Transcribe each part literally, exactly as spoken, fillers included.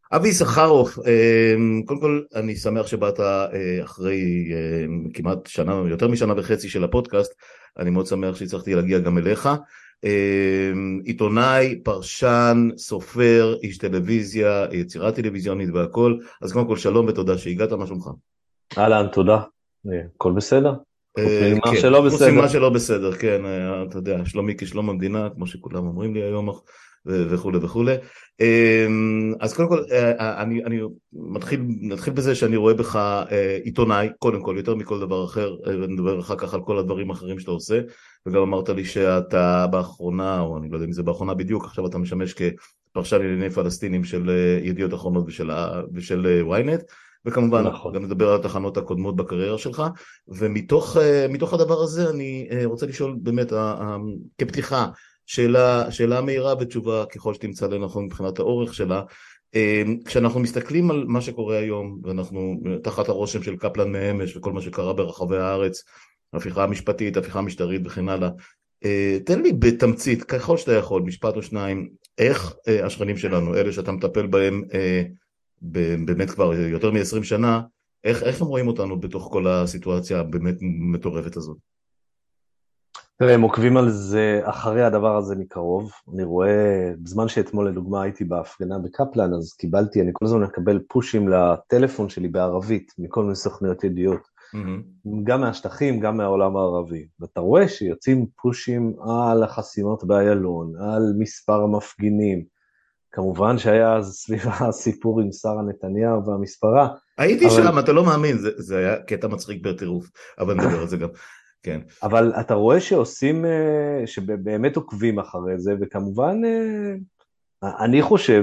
אבי יששכרוף, קודם כל אני שמח שבאת אחרי כמעט שנה, יותר משנה וחצי של הפודקאסט. אני מאוד שמח שהצלחתי להגיע גם אליך. עיתונאי, פרשן, סופר, איש טלוויזיה, יצירה טלוויזיונית והכל. אז קודם כל שלום ותודה שהגעת. מה שלומך? אהלן, תודה. הכל בסדר? חוץ ממה כן, שלא חוץ בסדר. ממה שלא בסדר, כן, אתה יודע, שלומי כשלום המדינה, כמו שכולם אומרים לי היום וכו' וכו'. אז קודם כל, אני, אני מתחיל, נתחיל בזה שאני רואה בך עיתונאי, קודם כל, יותר מכל דבר אחר, ונדבר אחר כך על כל הדברים האחרים שאתה עושה, וגם אמרת לי שאתה באחרונה, או אני לא יודע אם זה באחרונה בדיוק, עכשיו אתה משמש כפרשן לענייני פלסטינים של ידיעות אחרונות ושל, ושל ynet, וכמובן נכון. גם נדבר על התחנות הקודמות בקריירה שלך. ומתוך אה, מתוך הדבר הזה אני אה, רוצה לשאול באמת, אה, אה, כפתיחה, שאלה, שאלה מהירה ותשובה ככל שתמצא לנכון מבחינת האורך שלה. אה, כשאנחנו מסתכלים על מה שקורה היום, ואנחנו תחת הרושם של קפלן מאמש וכל מה שקרה ברחבי הארץ, הפיכה המשפטית, הפיכה המשטרית וכן הלאה, אה, תן לי בתמצית, ככל שאתה יכול, משפט או שניים, איך אה, השכנים שלנו, אלה שאתה מטפל בהם אה, באמת כבר יותר מ-עשרים שנה, איך, איך הם רואים אותנו בתוך כל הסיטואציה הבאמת מטורפת הזאת? תראה, הם עוקבים על זה, אחרי הדבר הזה מקרוב. אני רואה, בזמן שאתמול לדוגמה הייתי בהפגנה בקפלן, אז קיבלתי, אני כל הזמן מקבל פושים לטלפון שלי בערבית, מכל מיני סוכנויות ידיעות. Mm-hmm. גם מהשטחים, גם מהעולם הערבי. ואתה רואה שיוצאים פושים על החסימות באיילון, על מספר המפגינים. כמובן שהיה אז סביב הסיפור עם שרה נתניהו והמספרה, הייתי אבל שם, אתה לא מאמין, זה, זה היה קטע מצחיק בטירוף, אבל נדבר על זה גם, כן. אבל אתה רואה שעושים, אה, שבאמת עוקבים אחרי זה, וכמובן, אה, אני חושב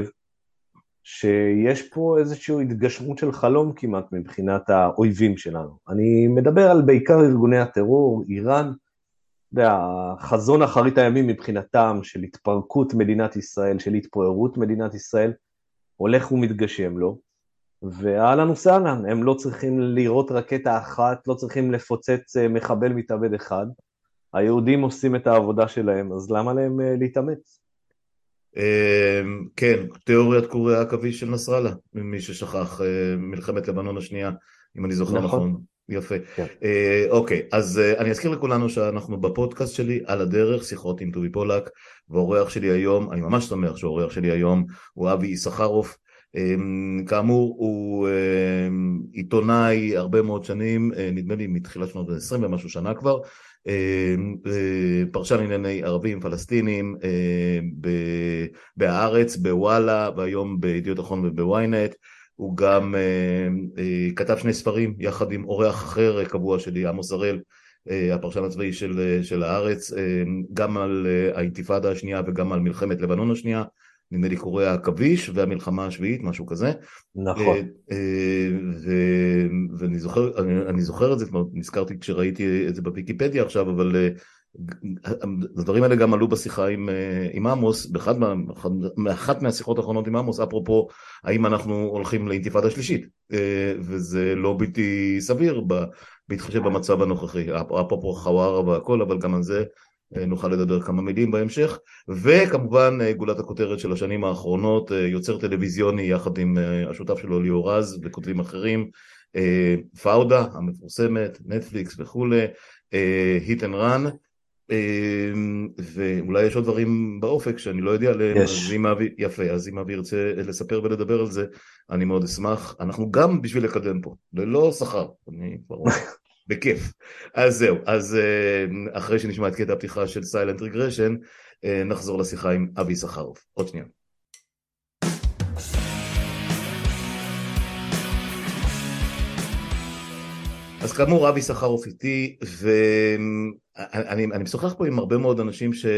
שיש פה איזושהי התגשמות של חלום כמעט מבחינת האויבים שלנו. אני מדבר על בעיקר ארגוני הטרור, איראן, והחזון אחרית הימים מבחינתם של התפרקות מדינת ישראל, של התפוררות מדינת ישראל, הולך ומתגשם לו. ואהלן וסהלן, הם לא צריכים לירות רקטה אחת, לא צריכים לפוצץ אה, מחבל מתאבד אחד, היהודים עושים את העבודה שלהם, אז למה להם אה, להתאמץ? אמ, כן, תיאוריית קורי העכביש של נסראללה, ממי ששכח, אה, מלחמת לבנון השנייה, אם אני זוכר נכון, נכון. יפה. כן. אה, אוקיי, אז אה, אני אזכיר לכולנו שאנחנו בפודקאסט שלי על הדרך, שיחות עם טובי פולק, והאורח שלי היום, אני ממש שמח שהאורח שלי היום הוא אבי יששכרוף. אמ, כאמור, הוא אמ, עיתונאי הרבה מאוד שנים, אה, נדמה לי מתחילת שנות ה-עשרים ומשהו שנה כבר, פרשן ענייני ערבים פלסטינים בהארץ, בוואלה, והיום בידיעות אחרונות ובוויינט. הוא גם כתב שני ספרים יחד עם אורח אחר קבוע שלי, עמוס הראל, הפרשן הצבאי של, של הארץ, גם על האינתיפאדה השנייה וגם על מלחמת לבנון השנייה, נדמה לי קורי העכביש והמלחמה השביעית, משהו כזה. נכון. ו- ואני זוכר, אני, אני זוכר את זה, כמו נזכרתי כשראיתי את זה בוויקיפדיה עכשיו, אבל הדברים האלה גם עלו בשיחה עם, עם עמוס, באחד מה, מאחת מהשיחות האחרונות עם עמוס, אפרופו האם אנחנו הולכים לאינתיפאדה שלישית, וזה לא בלתי סביר בהתחשב במצב הנוכחי, אפרופו חווארה והכל, אבל גם על זה נוכל לדבר כמה מילים בהמשך. וכמובן גולת הכותרת של השנים האחרונות, יוצר טלוויזיוני יחד עם השותף שלו ליאור רז וכותבים אחרים, פאודה המפורסמת, נטפליקס וכולי, היט אנד רן, ואולי יש עוד דברים באופק שאני לא יודע עליהם. אז יש. אם אבי, יפה, אז אם אבי ירצה לספר ולדבר על זה, אני מאוד אשמח. אנחנו גם בשביל לקדם פה, ללא שכר, אני כבר אומר, בכיף. אז זהו, אז אחרי שנשמע את קטע הפתיחה של Silent Regression, נחזור לשיחה עם אבי יששכרוף. עוד שנייה. אז כאמור, אבי יששכרוף איתי, ואני אני משוחח פה עם הרבה מאוד אנשים ש...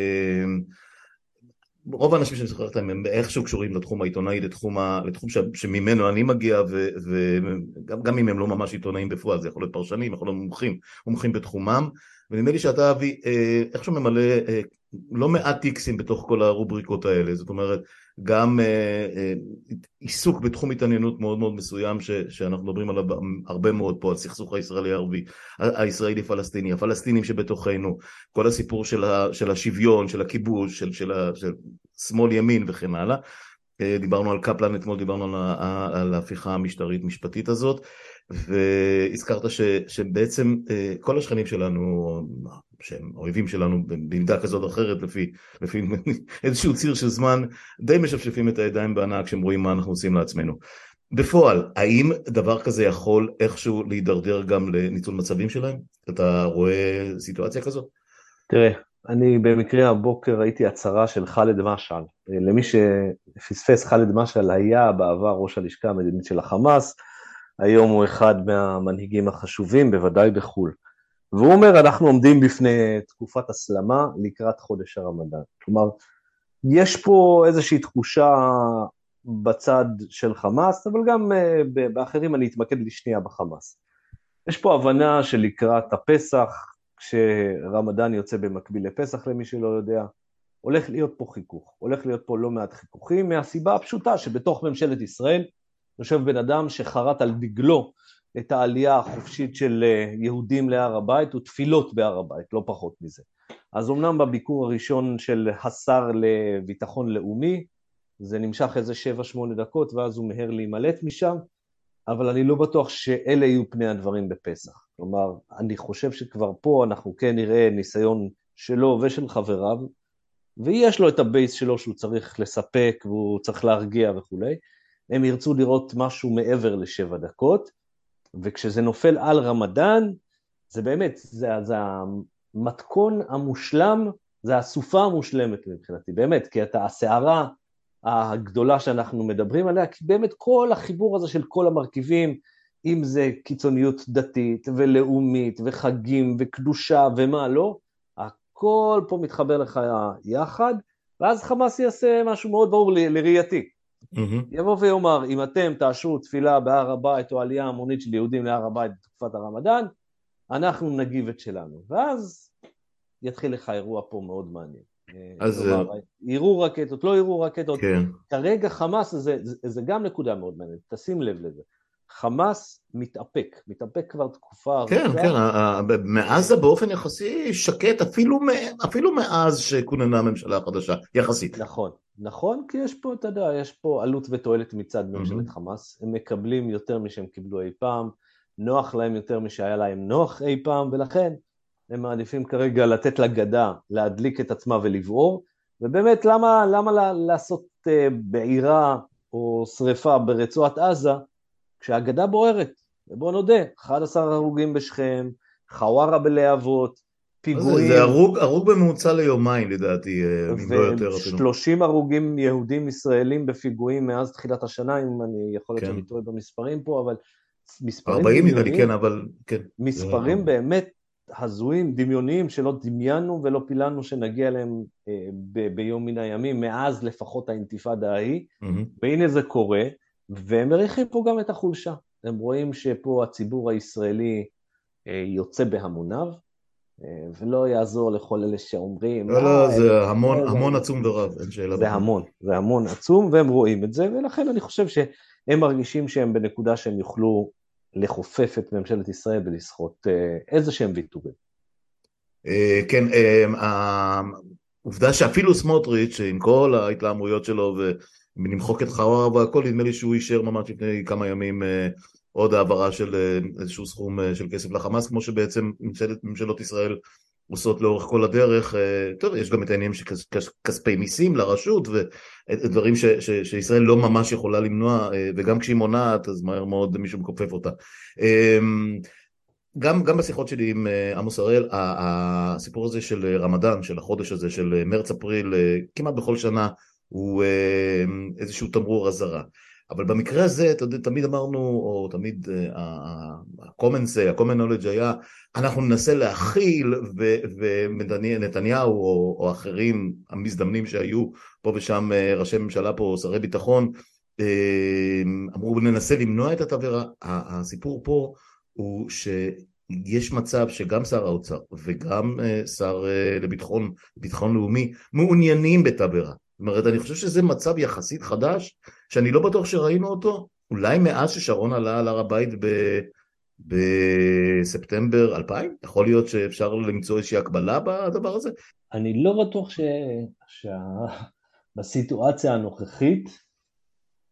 רוב האנשים שאני משוחח איתם הם איכשהו קשורים לתחום העיתונאי, לתחום, ה... לתחום ש... שממנו אני מגיע, וגם ו... אם הם לא ממש עיתונאים בפועל, זה יכול להיות פרשנים, יכול להיות מומחים, מומחים בתחומם, ונדמה לי שאתה, אבי, איכשהו ממלא לא מעט טיקסים בתוך כל הרובריקות האלה. זאת אומרת, גם עיסוק בתחום התעניינות מאוד מאוד מסוים ש, שאנחנו מדברים עליו הרבה מאוד פה, הסכסוך הישראלי-ערבי, הישראלי-פלסטיני, הפלסטינים שבתוכנו, כל הסיפור של, ה, של השוויון, של הכיבוש, של, של, של שמאל ימין וכן הלאה. דיברנו על קפלן אתמול, דיברנו על, ה- על ההפיכה המשטרית משפטית הזאת, והזכרת ש, שבעצם כל השכנים שלנו, שהם אויבים שלנו בעמדה כזאת או אחרת, לפי, לפי איזשהו ציר של זמן, די משפשפים את הידיים בהנאה כשהם רואים מה אנחנו עושים לעצמנו. בפועל, האם דבר כזה יכול איכשהו להידרדר גם לניצול מצבים שלהם? אתה רואה סיטואציה כזאת? תראה, אני במקרה הבוקר ראיתי הצהרה של חאלד משעל. למי שפספס, חאלד משעל היה בעבר ראש הלשכה המדינית של החמאס, היום הוא אחד מהמנהיגים החשובים, בוודאי בחו"ל. והוא אומר, אנחנו עומדים בפני תקופת הסלמה לקראת חודש הרמדאן. כלומר, יש פה איזושהי תחושה בצד של חמאס, אבל גם באחרים אני אתמקד לשנייה בחמאס. יש פה הבנה שלקראת הפסח, כשרמדאן יוצא במקביל לפסח למי שלא יודע, הולך להיות פה חיכוך, הולך להיות פה לא מעט חיכוכים, מהסיבה הפשוטה שבתוך ממשלת ישראל, יושב בן אדם שחרט על דגלו את העלייה החופשית של יהודים להר הבית, ותפילות בהר הבית, לא פחות מזה. אז אמנם בביקור הראשון של השר לביטחון לאומי, זה נמשך איזה שבע שמונה דקות, ואז הוא מהר להימלט משם, אבל אני לא בטוח שאלה יהיו פני הדברים בפסח. כלומר, אני חושב שכבר פה אנחנו כן נראה ניסיון שלו ושל חבריו, ויש לו את הבייס שלו שהוא צריך לספק, והוא צריך להרגיע וכו'. הם ירצו לראות משהו מעבר לשבע דקות, וכשזה נופל על רמדאן, זה באמת, זה, זה המתכון המושלם, זה הסופה המושלמת מבחינתי, באמת, כי אתה, הסערה הגדולה שאנחנו מדברים עליה, כי באמת כל החיבור הזה של כל המרכיבים, אם זה קיצוניות דתית ולאומית וחגים וקדושה ומה לא, הכל פה מתחבר לך יחד, ואז חמאס יעשה משהו מאוד ברור ל- לראייתי. Mm-hmm. יבוא ויאמר, אם אתם תאשרו תפילה בהר הבית או עלייה המונית של יהודים להר הבית בתקופת הרמדאן, אנחנו נגיב את שלנו. ואז יתחיל לך אירוע פה מאוד מעניין. אז כלומר, יראו רקטות, לא יראו רקטות. כן. כרגע חמאס, זה, זה, זה גם נקודה מאוד מעניינת, תשים לב לזה. חמאס מתאפק, מתאפק כבר תקופה כן, ארוכה. כן, מעזה באופן יחסי שקט, אפילו, אפילו מאז שכוננה הממשלה החדשה, יחסית. נכון, נכון, כי יש פה, אתה יודע, יש פה עלות ותועלת מצד ממשלת חמאס, הם מקבלים יותר משהם קיבלו אי פעם, נוח להם יותר משהיה להם נוח אי פעם, ולכן הם מעדיפים כרגע לתת לגדה, להדליק את עצמה ולבעור, ובאמת למה, למה לעשות בעירה או שריפה ברצועת עזה, כשהגדה בוערת, ובוא נודה, אחד עשר הרוגים בשכם, חווארה בלהבות, פיגועים. זה הרוג, הרוג בממוצע ליומיים לדעתי, אם לא יותר. ו-שלושים הרוגים יהודים ישראלים בפיגועים מאז תחילת השנה, אם אני יכול להיות שאני טועה במספרים פה, אבל מספרים ארבעים נדמה לי, כן, אבל כן. מספרים באמת הזויים, דמיוניים, שלא דמיינו ולא פילנו שנגיע להם אה, ב- ביום מן הימים, מאז לפחות האינתיפאדה ההיא, mm-hmm. והנה זה קורה, והם מריחים פה גם את החולשה. הם רואים שפה הציבור הישראלי אה, יוצא בהמוניו, אה, ולא יעזור לכל אלה שאומרים... לא, לא, זה המון, המון עצום ורב, אין שאלה. זה המון, זה המון עצום, והם רואים את זה, ולכן אני חושב שהם מרגישים שהם בנקודה שהם יוכלו לחופף את ממשלת ישראל ולסחוט איזה שהם ויתורים. כן, העובדה שאפילו סמוטריץ' עם כל ההתלהמויות שלו ולמחוק את חווארה והכל, נדמה לי שהוא אישר ממש לפני כמה ימים עוד העברה של איזשהו סכום של כסף לחמאס, כמו שבעצם ממשלות ישראל עושות לאורך כל הדרך. טוב, יש גם את העניינים של כספי מיסים לרשות ודברים ש, ש, שישראל לא ממש יכולה למנוע, וגם כשהיא מונעת אז מהר מאוד מישהו מקופף אותה. גם, גם בשיחות שלי עם עמוס הראל, הסיפור הזה של רמדאן, של החודש הזה, של מרץ-אפריל, כמעט בכל שנה הוא איזשהו תמרור אזהרה. אבל במקרה הזה, תמיד אמרנו, או תמיד ה-common say, ה-common knowledge היה, אנחנו ננסה להכיל, ונתניהו או, או אחרים המזדמנים שהיו פה ושם ראשי ממשלה פה, שרי ביטחון, אמרו ננסה למנוע את התבערה. הסיפור פה הוא שיש מצב שגם שר האוצר וגם שר לביטחון, ביטחון לאומי, מעוניינים בתבערה. זאת אומרת, אני חושב שזה מצב יחסית חדש, שאני לא בטוח שראינו אותו, אולי מאז ששרון עלה על הר הבית ב... בספטמבר אלפיים? יכול להיות שאפשר למצוא איזושהי הקבלה בדבר הזה? אני לא בטוח ש... שה... בסיטואציה הנוכחית,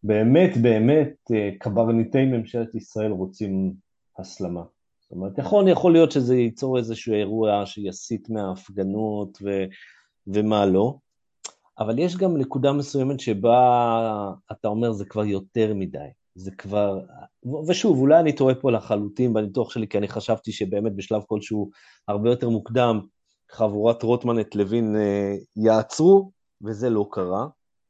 באמת, באמת, קברניטי ממשלת ישראל רוצים הסלמה. זאת אומרת, יכול, יכול להיות שזה ייצור איזשהו אירוע שיסית מההפגנות ו, ומה לא, אבל יש גם נקודה מסוימת שבה אתה אומר זה כבר יותר מדי, זה כבר, ושוב, אולי אני טועה פה לחלוטין בניתוח שלי, כי אני חשבתי שבאמת בשלב כלשהו הרבה יותר מוקדם, חבורת רוטמן את לוין יעצרו, וזה לא קרה,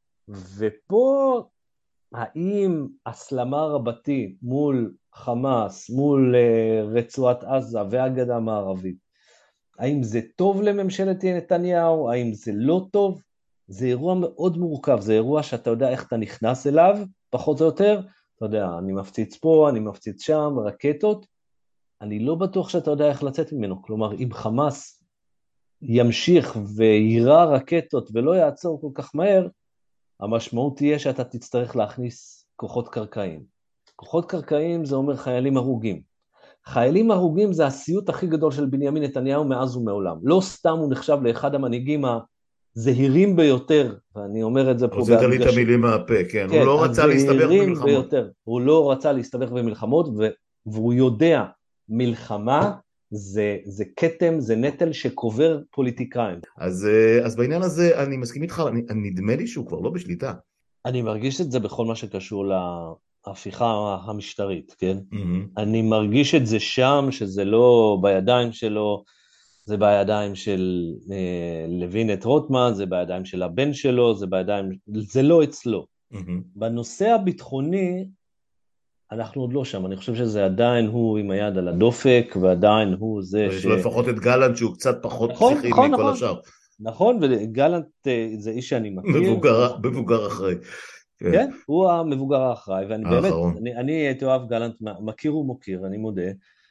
ופה האם הסלמה רבתי מול חמאס, מול רצועת עזה והגדה המערבית, האם זה טוב לממשלת נתניהו, האם זה לא טוב? זה אירוע מאוד מורכב, זה אירוע שאתה יודע איך אתה נכנס אליו, פחות או יותר, אתה יודע, אני מפציץ פה, אני מפציץ שם, רקטות, אני לא בטוח שאתה יודע איך לצאת ממנו, כלומר, אם חמאס ימשיך וירה רקטות ולא יעצור כל כך מהר, המשמעות תהיה שאתה תצטרך להכניס כוחות קרקעיים. כוחות קרקעיים זה אומר חיילים הרוגים. חיילים הרוגים זה הסיוט הכי גדול של בנימין נתניהו מאז ומעולם. לא סתם הוא נחשב לאחד המנהיגים הזהירים ביותר, ואני אומר את זה פה הוצאת לי את המילים מהפה, כן. כן, הוא לא רצה להסתבך במלחמות. ביותר. הוא לא רצה להסתבך במלחמות, והוא יודע, מלחמה זה, זה קטם, זה נטל שקובר פוליטיקאים. אז, אז בעניין הזה אני מסכים איתך, אני, אני נדמה לי שהוא כבר לא בשליטה. אני מרגיש את זה בכל מה שקשור להפיכה המשטרית, כן? Mm-hmm. אני מרגיש את זה שם, שזה לא בידיים שלו, זה בידיים של אה, לוין את רוטמן, זה בידיים של הבן שלו, זה בידיים, זה לא אצלו. Mm-hmm. בנושא הביטחוני, אנחנו עוד לא שם, אני חושב שזה עדיין הוא עם היד על הדופק, ועדיין הוא זה ש... יש לו לפחות את גלנט שהוא קצת פחות נכון, פסיכי נכון, מכל נכון. השאר. נכון, וגלנט זה איש שאני מכיר. מבוגר, מבוגר אחרי. כן, כן, הוא המבוגר האחראי, ואני האחרון. באמת, אני, אני הייתי אוהב גלנט, מכיר ומוקיר, אני מודה,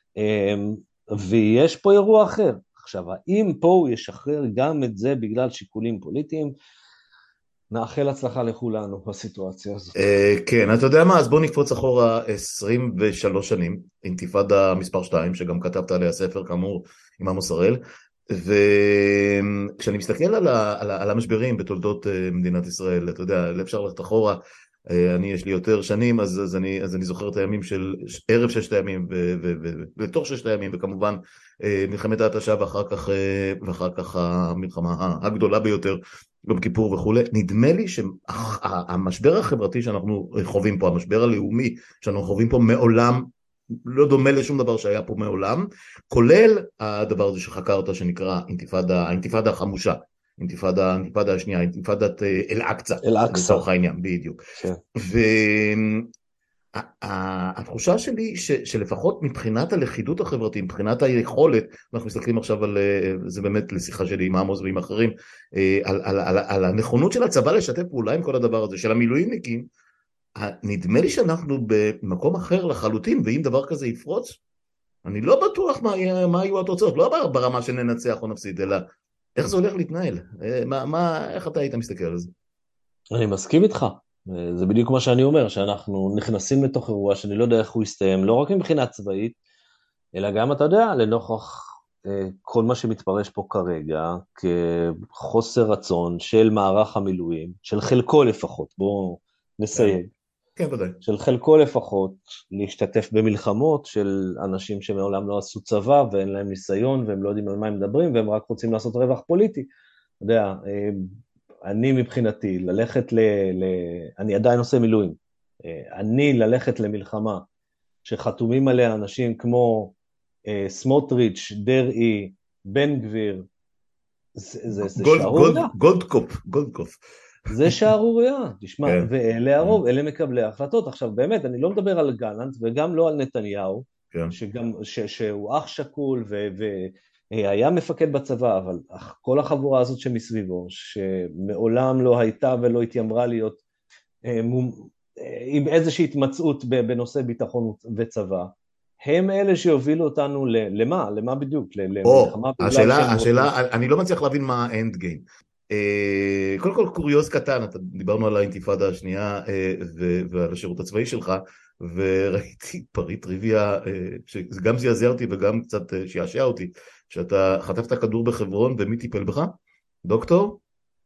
ויש פה אירוע אחר. עכשיו, האם פה הוא ישחרר גם את זה בגלל שיקולים פוליטיים? נאחל הצלחה לכולנו בסיטואציה הזאת. כן, אתה יודע מה, אז בוא נקפוץ אחורה עשרים ושלוש שנים, אינתיפאדה מספר שתיים, שגם כתבת עליה ספר כאמור עם עמוס הראל, וכשאני מסתכל על, ה, על, ה, על המשברים בתולדות מדינת ישראל, אתה יודע, אפשר ללכת אחורה, אני יש לי יותר שנים, אז, אז, אני, אז אני זוכר את הימים של ערב ששת הימים, ולתוך ששת הימים, וכמובן מלחמת ההתשה, ואחר כך, ואחר כך המלחמה הגדולה ביותר, יום כיפור וכו'. נדמה לי שהמשבר החברתי שאנחנו חווים פה, המשבר הלאומי שאנחנו חווים פה מעולם, לא דומה לשום דבר שהיה פה מעולם, כולל הדבר הזה שחקרת שנקרא אינתיפאדה, האינתיפאדה החמושה, אינתיפאדה, אינתיפאדה השנייה, אינתיפאדת אל-אקצא, אל-אקצא, לצורך העניין, בדיוק. כן. והתחושה שלי ש, שלפחות מבחינת הלכידות החברתית, מבחינת היכולת, אנחנו מסתכלים עכשיו על, זה באמת לשיחה שלי עם עמוס ועם אחרים, על, על, על, על הנכונות של הצבא לשתף פעולה עם כל הדבר הזה, של המילואימניקים, נדמה לי שאנחנו במקום אחר לחלוטין, ואם דבר כזה יפרוץ, אני לא בטוח מה, מה יהיו התוצאות, לא ברמה שננצח או נפסיד, אלא איך זה הולך להתנהל, מה, מה, איך אתה היית מסתכל על זה? אני מסכים איתך, זה בדיוק מה שאני אומר, שאנחנו נכנסים לתוך אירוע שאני לא יודע איך הוא יסתיים, לא רק מבחינה צבאית, אלא גם אתה יודע, לנוכח כל מה שמתפרש פה כרגע, כחוסר רצון של מערך המילואים, של חלקו לפחות, בואו נסייג. כן, ודאי. של חלקו לפחות להשתתף במלחמות של אנשים שמעולם לא עשו צבא ואין להם ניסיון והם לא יודעים על מה הם מדברים והם רק רוצים לעשות רווח פוליטי. אתה יודע, אני מבחינתי ללכת ל... ל... אני עדיין עושה מילואים. אני ללכת למלחמה שחתומים עליה אנשים כמו סמוטריץ', דרעי, בן גביר, זה, זה, זה גולד, שערוריה. גולד, גולדקופ, גולדקופ. זה שערוריה, תשמע, כן. ואלה הרוב, אלה מקבלי ההחלטות. עכשיו באמת, אני לא מדבר על גלנט וגם לא על נתניהו, כן. שגם, ש, שהוא אח שקול והיה מפקד בצבא, אבל כל החבורה הזאת שמסביבו, שמעולם לא הייתה ולא התיימרה להיות עם איזושהי התמצאות בנושא ביטחון וצבא, הם אלה שיובילו אותנו למה? למה בדיוק? למלחמה. השאלה, השאלה, אני לא מצליח להבין מה האנד גיים. קודם כל קוריוז קטן, דיברנו על האינתיפאדה השנייה ועל השירות הצבאי שלך, וראיתי פריט טריוויה שגם זעזע אותי וגם קצת שעשע אותי, שאתה חטפת כדור בחברון ומי טיפל בך? דוקטור?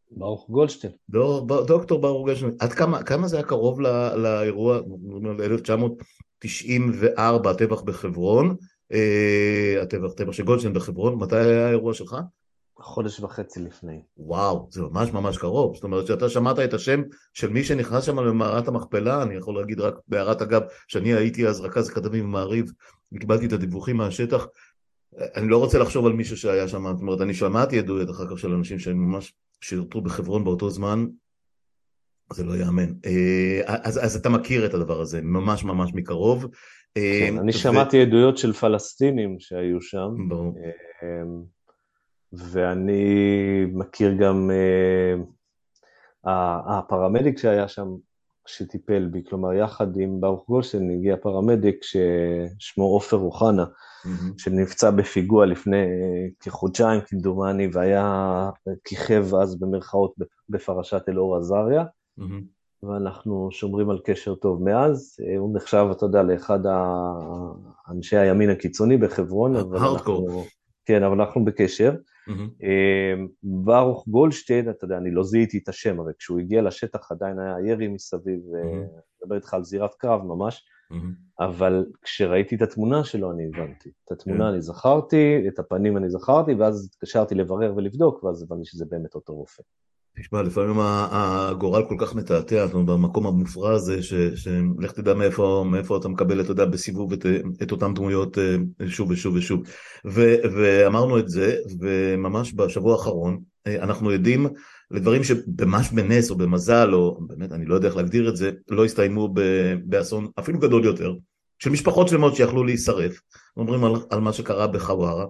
ברוך גולדשטיין. דור, ב- דוקטור ברוך גולדשטיין, עד כמה, כמה זה היה קרוב ל- לאירוע, ל-אלף תשע מאות תשעים וארבע, הטבח בחברון, אה, הטבח, טבח של גולדשטיין בחברון, מתי היה האירוע שלך? חודש וחצי לפני. וואו, זה ממש ממש קרוב. זאת אומרת שאתה שמעת את השם של מי שנכנס שם למערת המכפלה, אני יכול להגיד רק בהערת אגב, שאני הייתי אז רכז כתבים במעריב, וקיבלתי את הדיווחים מהשטח, אני לא רוצה לחשוב על מישהו שהיה שם, זאת אומרת, אני שמעתי עדויות אחר כך של אנשים שהם ממש שירתו בחברון באותו זמן, זה לא יאמן. אה, אז, אז אתה מכיר את הדבר הזה, ממש ממש מקרוב. אה, כן, אני ו... שמעתי עדויות של פלסטינים שהיו שם, ברור. אמ, ואני מכיר גם, אה, ה- הפרמדיק שהיה שם, שטיפל בי, כלומר יחד עם ברוך גולדשטיין הגיע פרמדיק ששמו עופר אוחנה, מהמם, שנפצע בפיגוע לפני אה, כחודשיים כמדומני, והיה כיכב אז במרכאות בפרשת אלאור עזריה, מהמם. ואנחנו שומרים על קשר טוב מאז. הוא נחשב, אתה יודע, לאחד ה- אנשי הימין הקיצוני בחברון, אבל הארדקור. אנחנו, כן, אבל אנחנו בקשר. מהמם, ברוך גולדשטיין, אתה יודע, אני לא זיהיתי את השם, אבל כשהוא הגיע לשטח עדיין היה ירי מסביב, מהמם, מדבר איתך על זירת קרב ממש, מהמם. אבל כשראיתי את התמונה שלו אני הבנתי. את כן. התמונה אני זכרתי, את הפנים אני זכרתי, ואז התקשרתי לברר ולבדוק, ואז הבנתי שזה באמת אותו רופא. תשמע, לפעמים ה- הגורל כל כך מתעתע, זאת אומרת, במקום המופרע הזה, ש- שלך תדע מאיפה, מאיפה אתה מקבל, אתה יודע, בסיבוב את, את אותן דמויות אה, שוב ושוב ושוב. ו, ואמרנו את זה, וממש בשבוע האחרון, אה, אנחנו עדים לדברים שממש בנס או במזל, או באמת, אני לא יודע איך להגדיר את זה, לא הסתיימו ב- באסון אפילו גדול יותר, של משפחות שלמות שיכלו להישרף, אומרים על, על מה שקרה בחווארה.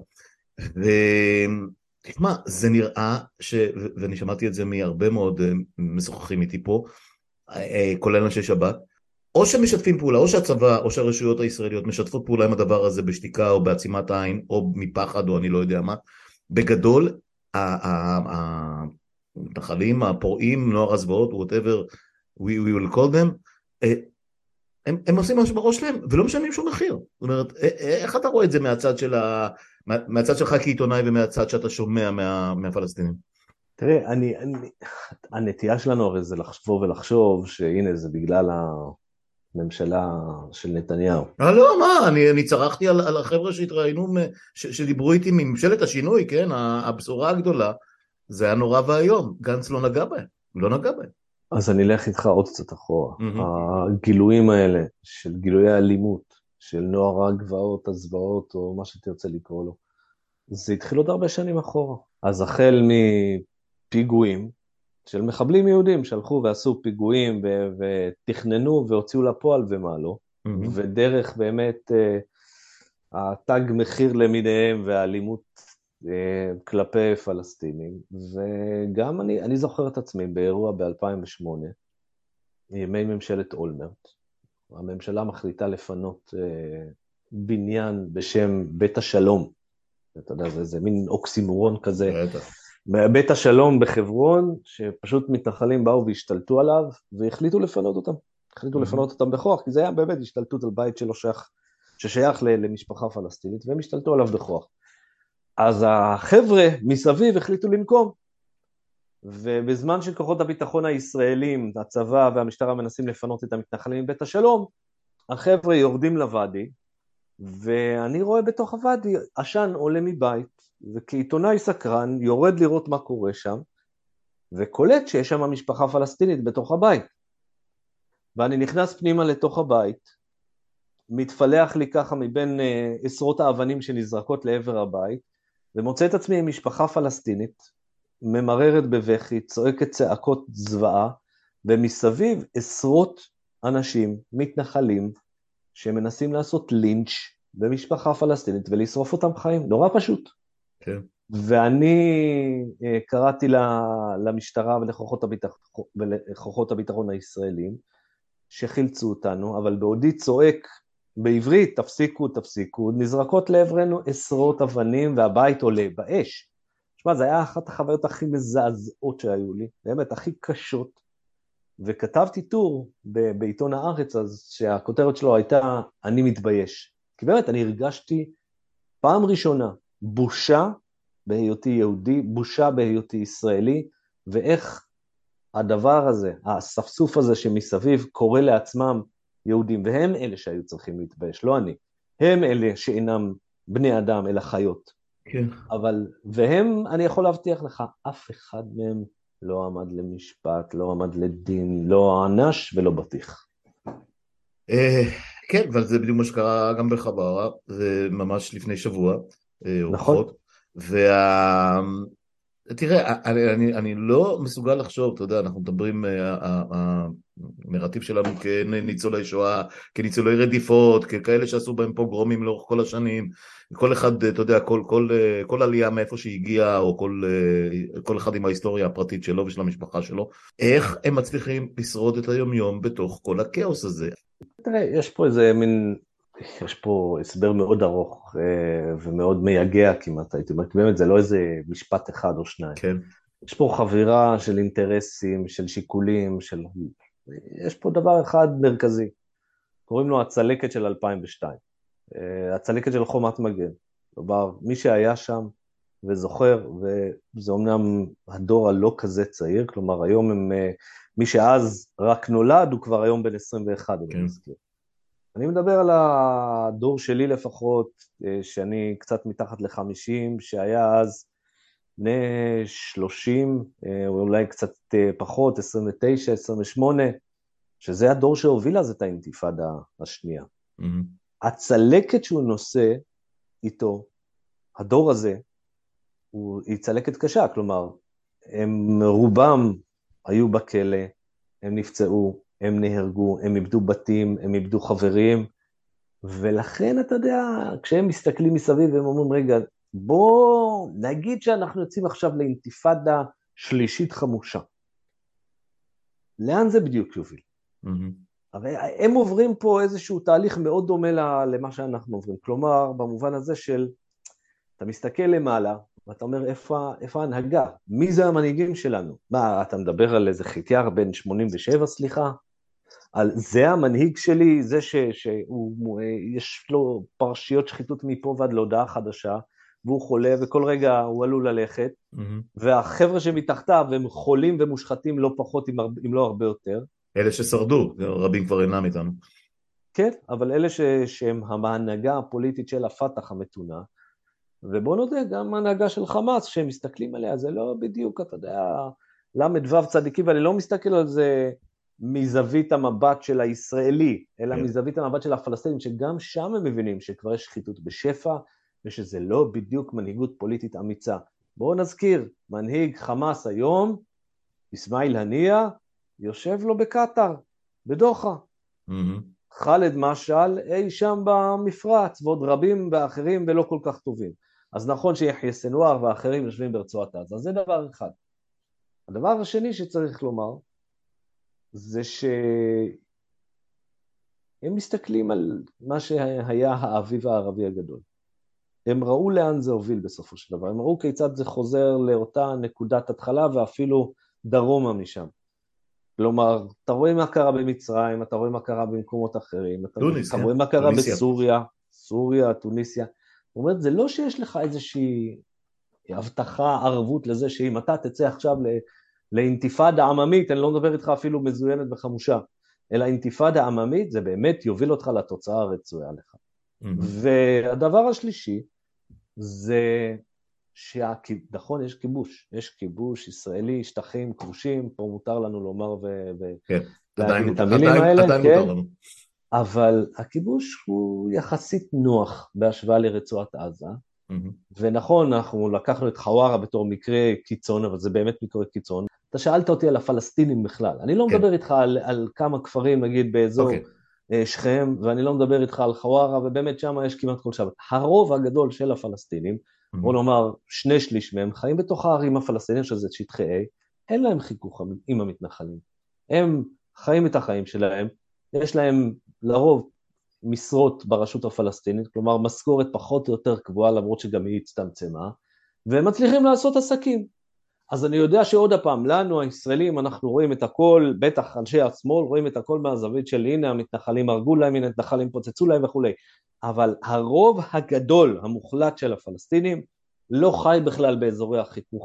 תשמע, זה נראה, ש... ו- ואני שמעתי את זה מהרבה מאוד אה, משוחחים איתי פה, אה, אה, כולל אנשי שב"כ, או שמשתפים פעולה, או שהצבא, או שהרשויות הישראליות משתפות פעולה עם הדבר הזה בשתיקה, או בעצימת עין, או מפחד, או אני לא יודע מה. בגדול, ה- ה- ה- המתנחלים, הפורעים, נוער הזוועות, whatever we, we will call them, אה, הם, הם עושים משהו בראש שלהם, ולא משלמים שום מחיר. זאת אומרת, א- א- איך אתה רואה את זה מהצד של ה... מה- מהצד שלך כעיתונאי ומהצד שאתה שומע מה, מהפלסטינים? תראה, אני, אני, הנטייה שלנו הרי זה לחשוב ולחשוב שהנה זה בגלל הממשלה של נתניהו. אה לא, מה, אני, אני צרחתי על, על החבר'ה שהתראיינו, מ- ש, שדיברו איתי מממשלת השינוי, כן, ה- הבשורה הגדולה, זה היה נורא ואיום, גנץ לא נגע בהם, לא נגע בהם. אז אני אלך איתך עוד קצת אחורה. מהמם, הגילויים האלה של גילויי אלימות, של נוער הגבעות, הזוועות, או מה שתרצה לקרוא לו, זה התחיל עוד הרבה שנים אחורה. אז החל מפיגועים של מחבלים יהודים שהלכו ועשו פיגועים ו- ותכננו והוציאו לפועל ומה לא, מהמם, ודרך באמת אה, התג מחיר למיניהם והאלימות אה, כלפי פלסטינים, וגם אני, אני זוכר את עצמי באירוע ב-אלפיים ושמונה, ימי ממשלת אולמרט, הממשלה מחליטה לפנות אה, בניין בשם בית השלום, אתה יודע, זה, זה מין אוקסימורון כזה, בטח. בית השלום בחברון, שפשוט מתנחלים באו והשתלטו עליו, והחליטו לפנות אותם, החליטו מהמם, לפנות אותם בכוח, כי זה היה באמת השתלטות על בית שלו שייך, ששייך ל- למשפחה פלסטינית, והם השתלטו עליו בכוח. אז החבר'ה מסביב החליטו לנקום, ובזמן שכוחות הביטחון הישראלים, הצבא והמשטרה מנסים לפנות את המתנחלים מבית השלום, החבר'ה יורדים לוואדי, ואני רואה בתוך הוואדי עשן עולה מבית, וכעיתונאי סקרן יורד לראות מה קורה שם, וקולט שיש שם משפחה פלסטינית בתוך הבית. ואני נכנס פנימה לתוך הבית, מתפלח לי ככה מבין uh, עשרות האבנים שנזרקות לעבר הבית, ומוצא את עצמי עם משפחה פלסטינית, ממררת בבכי, צועקת צעקות זוועה, ומסביב עשרות אנשים, מתנחלים, שמנסים לעשות לינץ' במשפחה פלסטינית ולשרוף אותם חיים, נורא פשוט. כן. ואני uh, קראתי למשטרה ולכוחות הביטחון, ולכוחות הביטחון הישראלים, שחילצו אותנו, אבל בעודי צועק בעברית, תפסיקו, תפסיקו, נזרקות לעברנו עשרות אבנים והבית עולה באש. תשמע, זה היה אחת החוויות הכי מזעזעות שהיו לי, באמת הכי קשות, וכתבתי טור ב- בעיתון הארץ, אז שהכותרת שלו הייתה, אני מתבייש. כי באמת אני הרגשתי פעם ראשונה בושה בהיותי יהודי, בושה בהיותי ישראלי, ואיך הדבר הזה, הספסוף הזה שמסביב, קורא לעצמם יהודים, והם אלה שהיו צריכים להתבייש, לא אני. הם אלה שאינם בני אדם, אלא חיות. כן. אבל, והם, אני יכול להבטיח לך, אף אחד מהם לא עמד למשפט, לא עמד לדין, לא ענש ולא בטיח. כן, אבל זה בדיוק מה שקרה גם בחווארה, זה ממש לפני שבוע, או נכון? פחות. וה... תראה, אני, אני, אני לא מסוגל לחשוב, אתה יודע, אנחנו מדברים, הנרטיב שלנו כניצולי שואה, כניצולי רדיפות, ככאלה שעשו בהם פוגרומים לאורך כל השנים, כל אחד, אתה יודע, כל, כל, כל עלייה מאיפה שהגיע, או כל, כל אחד עם ההיסטוריה הפרטית שלו ושל המשפחה שלו, איך הם מצליחים לשרוד את היומיום בתוך כל הכאוס הזה? תראה, יש פה איזה מין, יש פה הסבר מאוד ארוך ומאוד מייגע כמעט, הייתי אומר, באמת זה לא איזה משפט אחד או שניים. כן. יש פה חבירה של אינטרסים, של שיקולים, של... יש פה דבר אחד מרכזי, קוראים לו הצלקת של אלפיים ושתיים, הצלקת של חומת מגן. כלומר, מי שהיה שם וזוכר, וזה אומנם הדור הלא כזה צעיר, כלומר היום הם, מי שאז רק נולד, הוא כבר היום בן עשרים ואחת, כן. אני מזכיר. אני מדבר על הדור שלי לפחות, שאני קצת מתחת ל-חמישים, שהיה אז בני שלושים, או אולי קצת פחות, עשרים ותשע, עשרים ושמונה, שזה הדור שהוביל אז את האינתיפאדה השנייה. Mm-hmm. הצלקת שהוא נושא איתו, הדור הזה, הוא, היא צלקת קשה, כלומר, הם רובם היו בכלא, הם נפצעו, הם נהרגו, הם איבדו בתים, הם איבדו חברים, ולכן אתה יודע, כשהם מסתכלים מסביב, הם אומרים, רגע, בוא נגיד שאנחנו יוצאים עכשיו לאינתיפאדה שלישית חמושה. לאן זה בדיוק יוביל? Mm-hmm. אבל הם עוברים פה איזשהו תהליך מאוד דומה למה שאנחנו עוברים, כלומר, במובן הזה של, אתה מסתכל למעלה, ואתה אומר, איפה, איפה ההנהגה? מי זה המנהיגים שלנו? מה, אתה מדבר על איזה חתיאר בן שמונים ושבע, סליחה? על זה המנהיג שלי, זה שיש לו פרשיות שחיתות מפה ועד להודעה חדשה, והוא חולה וכל רגע הוא עלול ללכת, mm-hmm. והחבר'ה שמתחתיו הם חולים ומושחתים לא פחות, אם לא הרבה יותר. אלה ששרדו, רבים כבר אינם איתנו. כן, אבל אלה ש, שהם ההנהגה הפוליטית של הפתח המתונה, ובוא נודה, גם ההנהגה של חמאס, שהם מסתכלים עליה, זה לא בדיוק, אתה יודע, למד וו צדיקי, ואני לא מסתכל על זה מזווית המבט של הישראלי, אלא yeah. מזווית המבט של הפלסטינים, שגם שם הם מבינים שכבר יש שחיתות בשפע, ושזה לא בדיוק מנהיגות פוליטית אמיצה. בואו נזכיר, מנהיג חמאס היום, אסמאעיל הנייה, יושב לו בקטר, בדוחה. Mm-hmm. חאלד משעל אי שם במפרץ, ועוד רבים ואחרים ולא כל כך טובים. אז נכון שיחיא סנואר ואחרים יושבים ברצועת עזה, אז זה דבר אחד. הדבר השני שצריך לומר, זה שהם מסתכלים על מה שהיה האביב הערבי הגדול. הם ראו לאן זה הוביל בסופו של דבר, הם ראו כיצד זה חוזר לאותה נקודת התחלה ואפילו דרומה משם. כלומר, אתה רואה מה קרה במצרים, אתה רואה מה קרה במקומות אחרים, אתה, טוניס, אתה כן? רואה מה קרה טוניסיה. בסוריה, סוריה, טוניסיה. זאת אומרת, זה לא שיש לך איזושהי הבטחה, ערבות לזה שאם אתה תצא עכשיו לאינתיפאדה עממית, אני לא מדבר איתך אפילו מזוינת וחמושה, אלא אינתיפאדה עממית, זה באמת יוביל אותך לתוצאה הרצויה לך. Mm-hmm. והדבר השלישי, זה שנכון, יש כיבוש, יש כיבוש ישראלי, שטחים, כבושים, פה מותר לנו לומר ולהגיד את המילים האלה, כן? אבל הכיבוש הוא יחסית נוח בהשוואה לרצועת עזה, ונכון, אנחנו לקחנו את חווארה בתור מקרה קיצון, אבל זה באמת מקרה קיצון. אתה שאלת אותי על הפלסטינים בכלל, אני לא מדבר איתך על, על כמה כפרים, נגיד באזור שכם, ואני לא מדבר איתך על חווארה, ובאמת שם יש כמעט כל שבת. הרוב הגדול של הפלסטינים, בוא נאמר שני שליש מהם, חיים בתוך הערים הפלסטינים, שזה שטחי A, אין להם חיכוך עם המתנחלים. הם חיים את החיים שלהם, יש להם לרוב משרות ברשות הפלסטינית, כלומר משכורת פחות או יותר קבועה, למרות שגם היא הצטמצמה, והם מצליחים לעשות עסקים. אז אני יודע שעוד הפעם, לנו הישראלים, אנחנו רואים את הכל, בטח אנשי השמאל, רואים את הכל מהזווית של הנה, המתנחלים הרגו להם, הנה המתנחלים פוצצו להם וכו'. אבל הרוב הגדול, המוחלט של הפלסטינים, לא חי בכלל באזורי החיכוך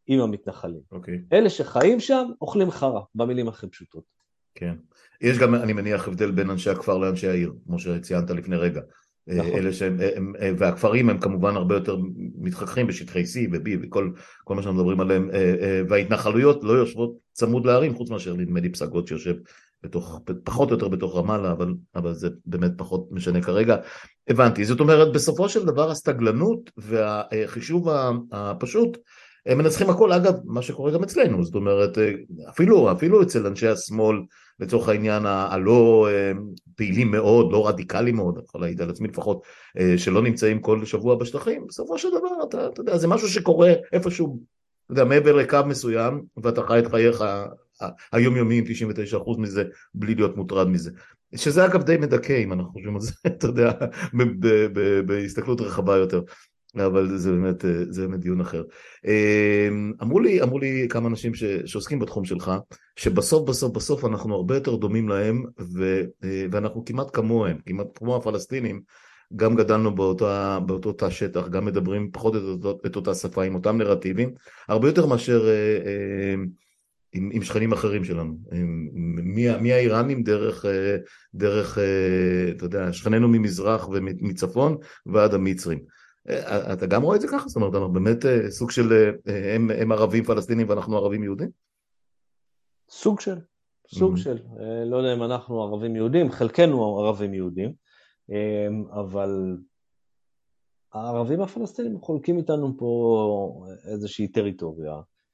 עם המתנחלים. אוקיי. אלה שחיים שם אוכלים חרה, במילים הכי פשוטות. כן. יש גם, אני מניח, הבדל בין אנשי הכפר לאנשי העיר, כמו שציינת לפני רגע. נכון. אלה שהם, הם, והכפרים הם כמובן הרבה יותר מתחככים בשטחי C ו-B וכל כל מה שאנחנו מדברים עליהם, וההתנחלויות לא יושבות צמוד לערים, חוץ מאשר נדמה לי פסגות שיושב בתוך, פחות או יותר בתוך רמאללה, אבל, אבל זה באמת פחות משנה כרגע. הבנתי, זאת אומרת, בסופו של דבר הסתגלנות והחישוב הפשוט, הם מנצחים הכל, אגב, מה שקורה גם אצלנו, זאת אומרת, אפילו, אפילו אצל אנשי השמאל, לצורך העניין הלא פעילים מאוד, לא רדיקליים מאוד, אני יכול להעיד על עצמי לפחות, שלא נמצאים כל שבוע בשטחים, בסופו של דבר, אתה, אתה יודע, זה משהו שקורה איפשהו, אתה יודע, מעבר לקו מסוים, ואתה חי את חייך היומיומיים, תשעים ותשעה אחוז מזה, בלי להיות מוטרד מזה. שזה אגב די מדכא, אם אנחנו חושבים על זה, אתה יודע, בהסתכלות רחבה יותר. אבל זה באמת, זה באמת דיון אחר. אמרו לי, אמרו לי כמה אנשים ש, שעוסקים בתחום שלך, שבסוף, בסוף, בסוף אנחנו הרבה יותר דומים להם, ו, ואנחנו כמעט כמוהם, כמעט כמו הפלסטינים, גם גדלנו באותה, באותו תא שטח, גם מדברים פחות את, אותו, את אותה שפה, עם אותם נרטיבים, הרבה יותר מאשר עם, עם שכנים אחרים שלנו. מי, מי האיראנים דרך, דרך, אתה יודע, שכנינו ממזרח ומצפון ועד המצרים. אתה גם רואה את זה ככה? זאת אומרת, אנחנו באמת סוג של, הם, הם ערבים פלסטינים ואנחנו ערבים יהודים? סוג של, סוג mm-hmm. של. לא יודע אם אנחנו ערבים יהודים, חלקנו ערבים יהודים, אבל הערבים הפלסטינים חולקים איתנו פה איזושהי טריטוריה,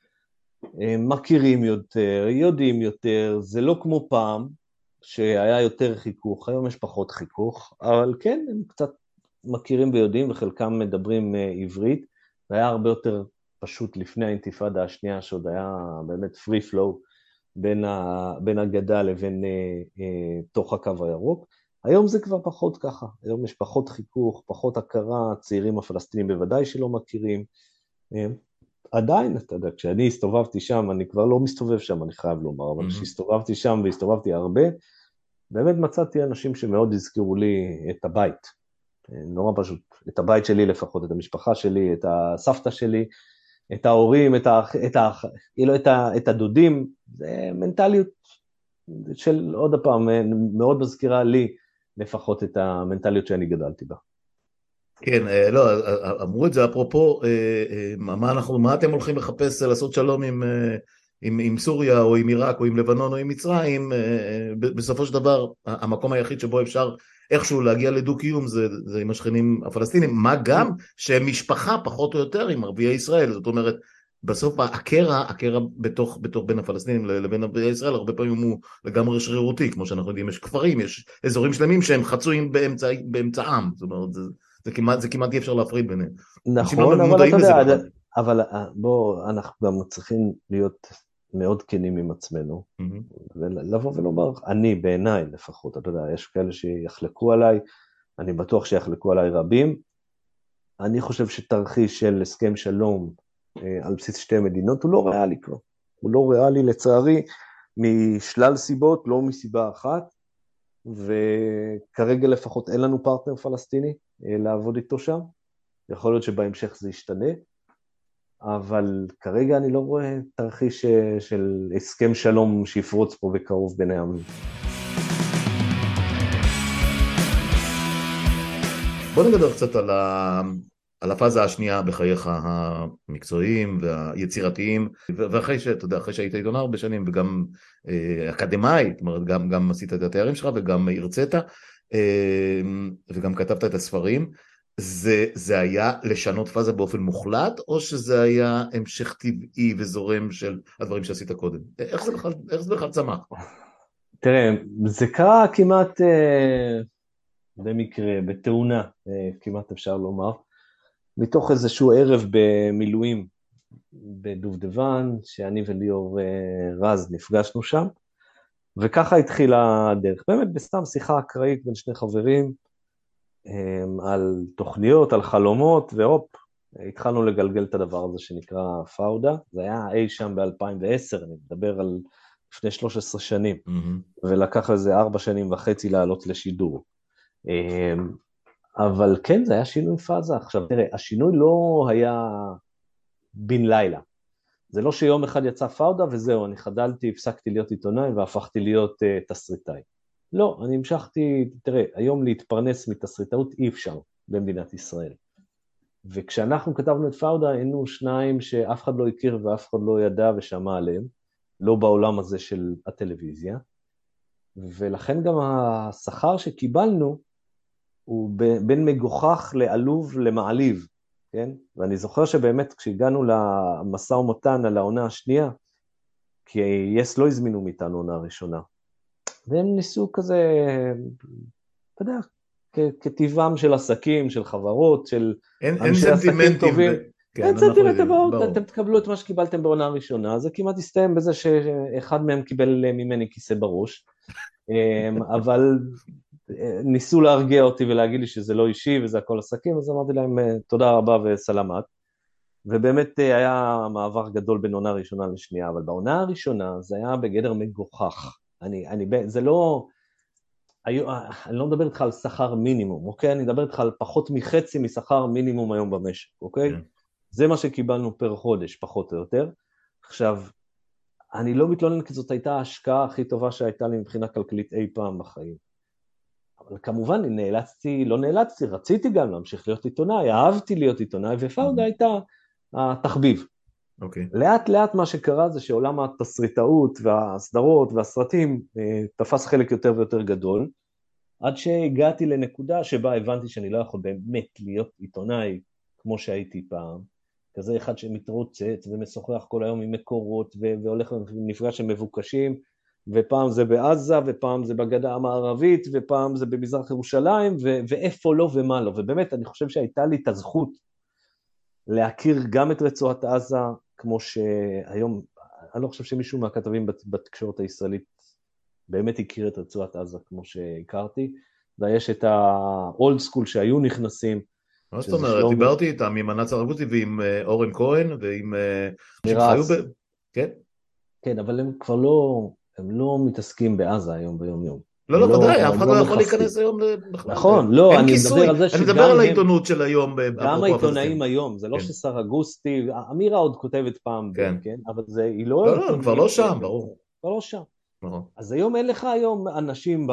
מכירים יותר, יודעים יותר, זה לא כמו פעם שהיה יותר חיכוך, היום יש פחות חיכוך, אבל כן, הם קצת מכירים ויודעים, וחלקם מדברים עברית, זה היה הרבה יותר פשוט לפני האינתיפאדה השנייה, שעוד היה באמת free flow בין, ה, בין הגדה לבין אה, אה, תוך הקו הירוק. היום זה כבר פחות ככה, היום יש פחות חיכוך, פחות הכרה, צעירים הפלסטינים בוודאי שלא מכירים. אה, עדיין, אתה יודע, כשאני הסתובבתי שם, אני כבר לא מסתובב שם, אני חייב לומר, אבל כשהסתובבתי שם והסתובבתי הרבה, באמת מצאתי אנשים שמאוד הזכירו לי את הבית. נורא פשוט, את הבית שלי לפחות, את המשפחה שלי, את הסבתא שלי, את ההורים, את, האח, את, האח, את, ה, את הדודים, זה מנטליות של, עוד הפעם, מאוד מזכירה לי לפחות את המנטליות שאני גדלתי בה. כן, לא, אמרו את זה אפרופו, מה, אנחנו, מה אתם הולכים לחפש לעשות שלום עם, עם, עם סוריה או עם עיראק או עם לבנון או עם מצרים, בסופו של דבר המקום היחיד שבו אפשר איכשהו להגיע לדו-קיום זה, זה עם השכנים הפלסטינים, מה גם שהם משפחה פחות או יותר עם ערביי ישראל, זאת אומרת, בסוף הקרע, הקרע בתוך, בתוך בין הפלסטינים לבין ערביי ישראל, הרבה פעמים הוא לגמרי שרירותי, כמו שאנחנו יודעים, יש כפרים, יש אזורים שלמים שהם חצויים באמצע, באמצעם, זאת אומרת, זה, זה כמעט, זה כמעט אי אפשר להפריד ביניהם. נכון, אבל אתה יודע, אבל בוא, אנחנו גם צריכים להיות מאוד כנים עם עצמנו, mm-hmm. ולבוא ולומר, אני בעיניי לפחות, אתה יודע, יש כאלה שיחלקו עליי, אני בטוח שיחלקו עליי רבים, אני חושב שתרחיש של הסכם שלום אה, על בסיס שתי מדינות, הוא לא ריאלי כבר, הוא לא ריאלי לצערי, משלל סיבות, לא מסיבה אחת, וכרגע לפחות אין לנו פרטנר פלסטיני אה, לעבוד איתו שם, יכול להיות שבהמשך זה ישתנה, אבל כרגע אני לא רואה תרחיש של הסכם שלום שיפרוץ פה בקרוב בין העמים. בוא נדבר קצת על, ה... על הפאזה השנייה בחייך המקצועיים והיצירתיים, ואחרי שאתה יודע, אחרי שהיית עיתונאי הרבה שנים וגם אה, אקדמאי, זאת אומרת, גם, גם עשית את התארים שלך וגם הרצית, אה, וגם כתבת את הספרים, זה, זה היה לשנות פאזה באופן מוחלט, או שזה היה המשך טבעי וזורם של הדברים שעשית קודם? איך זה בכלל, איך זה בכלל צמח? תראה, זה קרה כמעט אה, במקרה, בתאונה, אה, כמעט אפשר לומר, מתוך איזשהו ערב במילואים בדובדבן, שאני וליאור אה, רז נפגשנו שם, וככה התחילה הדרך, באמת בסתם שיחה אקראית בין שני חברים, על תוכניות, על חלומות, והופ, התחלנו לגלגל את הדבר הזה שנקרא פאודה, זה היה אי שם ב-אלפיים ועשר, אני מדבר על לפני שלוש עשרה שנים, mm-hmm. ולקח לזה ארבע שנים וחצי לעלות לשידור. אבל כן, זה היה שינוי פאזה. עכשיו, תראה, השינוי לא היה בן לילה, זה לא שיום אחד יצא פאודה וזהו, אני חדלתי, הפסקתי להיות עיתונאי והפכתי להיות uh, תסריטאי. לא, אני המשכתי, תראה, היום להתפרנס מתסריטאות אי אפשר במדינת ישראל. וכשאנחנו כתבנו את פאודה, היינו שניים שאף אחד לא הכיר ואף אחד לא ידע ושמע עליהם, לא בעולם הזה של הטלוויזיה, ולכן גם השכר שקיבלנו הוא בין מגוחך לעלוב למעליב, כן? ואני זוכר שבאמת כשהגענו למשא ומתן על העונה השנייה, כי יס לא הזמינו מאיתנו עונה הראשונה, והם ניסו כזה, אתה יודע, כטבעם של עסקים, של חברות, של אין, אנשי אין עסקים טובים. ו... כן, אין סנטימנטים, ברור. אתם תקבלו את מה שקיבלתם בעונה הראשונה, זה כמעט הסתיים בזה שאחד מהם קיבל ממני כיסא בראש, אבל ניסו להרגיע אותי ולהגיד לי שזה לא אישי וזה הכל עסקים, אז אמרתי להם תודה רבה וסלמת, ובאמת היה מעבר גדול בין עונה ראשונה לשנייה, אבל בעונה הראשונה זה היה בגדר מגוחך, אני, אני, זה לא, אני לא מדבר איתך על שכר מינימום, אוקיי? אני מדבר איתך על פחות מחצי משכר מינימום היום במשק, אוקיי? Yeah. זה מה שקיבלנו פר חודש, פחות או יותר. עכשיו, אני לא מתלונן כי זאת הייתה ההשקעה הכי טובה שהייתה לי מבחינה כלכלית אי פעם בחיים. אבל כמובן, אני נאלצתי, לא נאלצתי, רציתי גם להמשיך להיות עיתונאי, אהבתי להיות עיתונאי, ופאודה mm-hmm. הייתה התחביב. אוקיי. Okay. לאט לאט מה שקרה זה שעולם התסריטאות והסדרות והסרטים תפס חלק יותר ויותר גדול, עד שהגעתי לנקודה שבה הבנתי שאני לא יכול באמת להיות עיתונאי כמו שהייתי פעם, כזה אחד שמתרוצץ ומשוחח כל היום עם מקורות והולך ונפגש עם מבוקשים, ופעם זה בעזה ופעם זה בגדה המערבית ופעם זה במזרח ירושלים ואיפה לא ומה לא, ובאמת אני חושב שהייתה לי את הזכות להכיר גם את רצועת עזה, כמו שהיום, אני לא חושב שמישהו מהכתבים בתקשורת הישראלית באמת הכיר את רצועת עזה כמו שהכרתי, ויש את האולד סקול שהיו נכנסים. מה זאת אומרת? דיברתי איתם עם ענת סרגוסטי ועם אורן כהן ועם... מרס. כן? כן, אבל הם כבר לא, הם לא מתעסקים בעזה היום ביום יום. לא, לא, ודאי, אף אחד לא יכול להיכנס היום בכלל. נכון, לא, אני מדבר על זה שגם... אני מדבר על העיתונות של היום. גם העיתונאים היום, זה לא שסרגוסטי, אמירה עוד כותבת פעם, כן? אבל היא לא... לא, לא, כבר לא שם, ברור. כבר לא שם. אז היום אין לך היום אנשים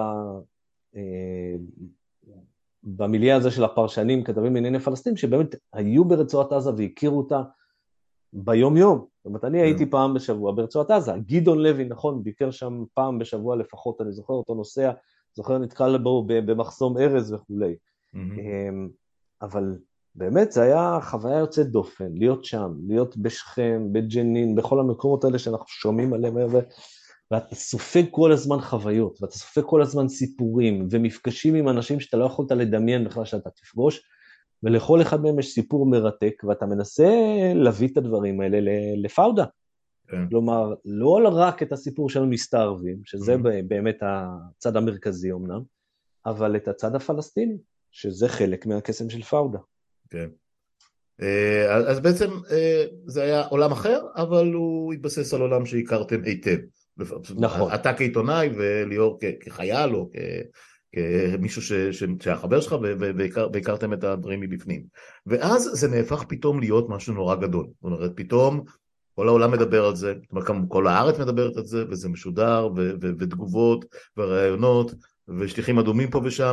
במיליה הזה של הפרשנים, כתבים בענייני פלסטין, שבאמת היו ברצועת עזה והכירו אותה ביום יום. זאת אומרת, אני הייתי פעם בשבוע ברצועת עזה, גדעון לוי, נכון, ביקר שם פעם בשבוע לפחות, אני זוכר אותו נוסע, זוכר נתקל בו במחסום ארז וכולי. אבל באמת זה היה חוויה יוצאת דופן, להיות שם, להיות בשכם, בג'נין, בכל המקומות האלה שאנחנו שומעים עליהם, ואתה סופג כל הזמן חוויות, ואתה סופג כל הזמן סיפורים, ומפגשים עם אנשים שאתה לא יכולת לדמיין בכלל שאתה תפגוש, ולכל אחד מהם יש סיפור מרתק, ואתה מנסה להביא את הדברים האלה לפאודה. כן. כלומר, לא רק את הסיפור של מסתערבים, שזה mm-hmm. באמת הצד המרכזי אמנם, אבל את הצד הפלסטיני, שזה חלק מהקסם של פאודה. כן. אז בעצם זה היה עולם אחר, אבל הוא התבסס על עולם שהכרתם היטב. נכון. אתה כעיתונאי וליאור כחייל או כמישהו שהיה חבר שלך והכרתם את הדברים מבפנים. ואז זה נהפך פתאום להיות משהו נורא גדול. זאת אומרת, פתאום כל העולם מדבר על זה, כל הארץ מדברת על זה, וזה משודר, ותגובות ורעיונות, ושליחים אדומים פה ושם,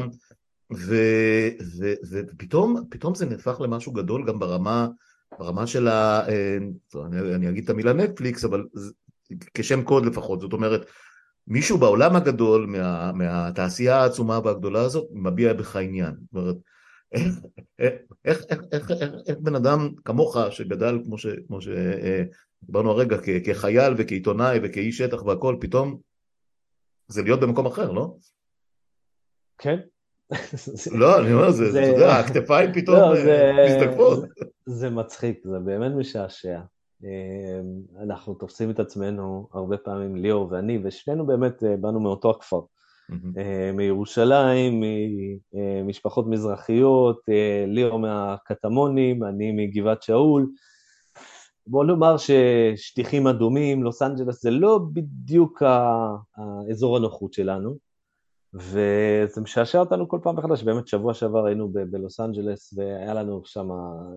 ופתאום פתאום זה נהפך למשהו גדול גם ברמה, ברמה של ה... אני אגיד את המילה נטפליקס, אבל כשם קוד לפחות, זאת אומרת, מישהו בעולם הגדול, מה, מהתעשייה העצומה והגדולה הזאת, מביע בך עניין. זאת אומרת, איך, איך, איך, איך, איך, איך בן אדם כמוך, שגדל כמו ש, כמו שדיברנו הרגע, כ, כחייל וכעיתונאי וכאיש שטח והכל, פתאום זה להיות במקום אחר, לא? כן. לא, אני אומר, זה, אתה יודע, הכתפיים פתאום מזדקפות. זה מצחיק, זה באמת משעשע. אנחנו תופסים את עצמנו הרבה פעמים, ליאור ואני, ושנינו באמת באנו מאותו הכפר, מירושלים, ממשפחות מזרחיות, ליאור מהקטמונים, אני מגבעת שאול. בוא נאמר ששטיחים אדומים, לוס אנג'לס, זה לא בדיוק האזור הנוחות שלנו, וזה משעשע אותנו כל פעם מחדש. באמת שבוע שעבר היינו בלוס אנג'לס, והיה לנו שם...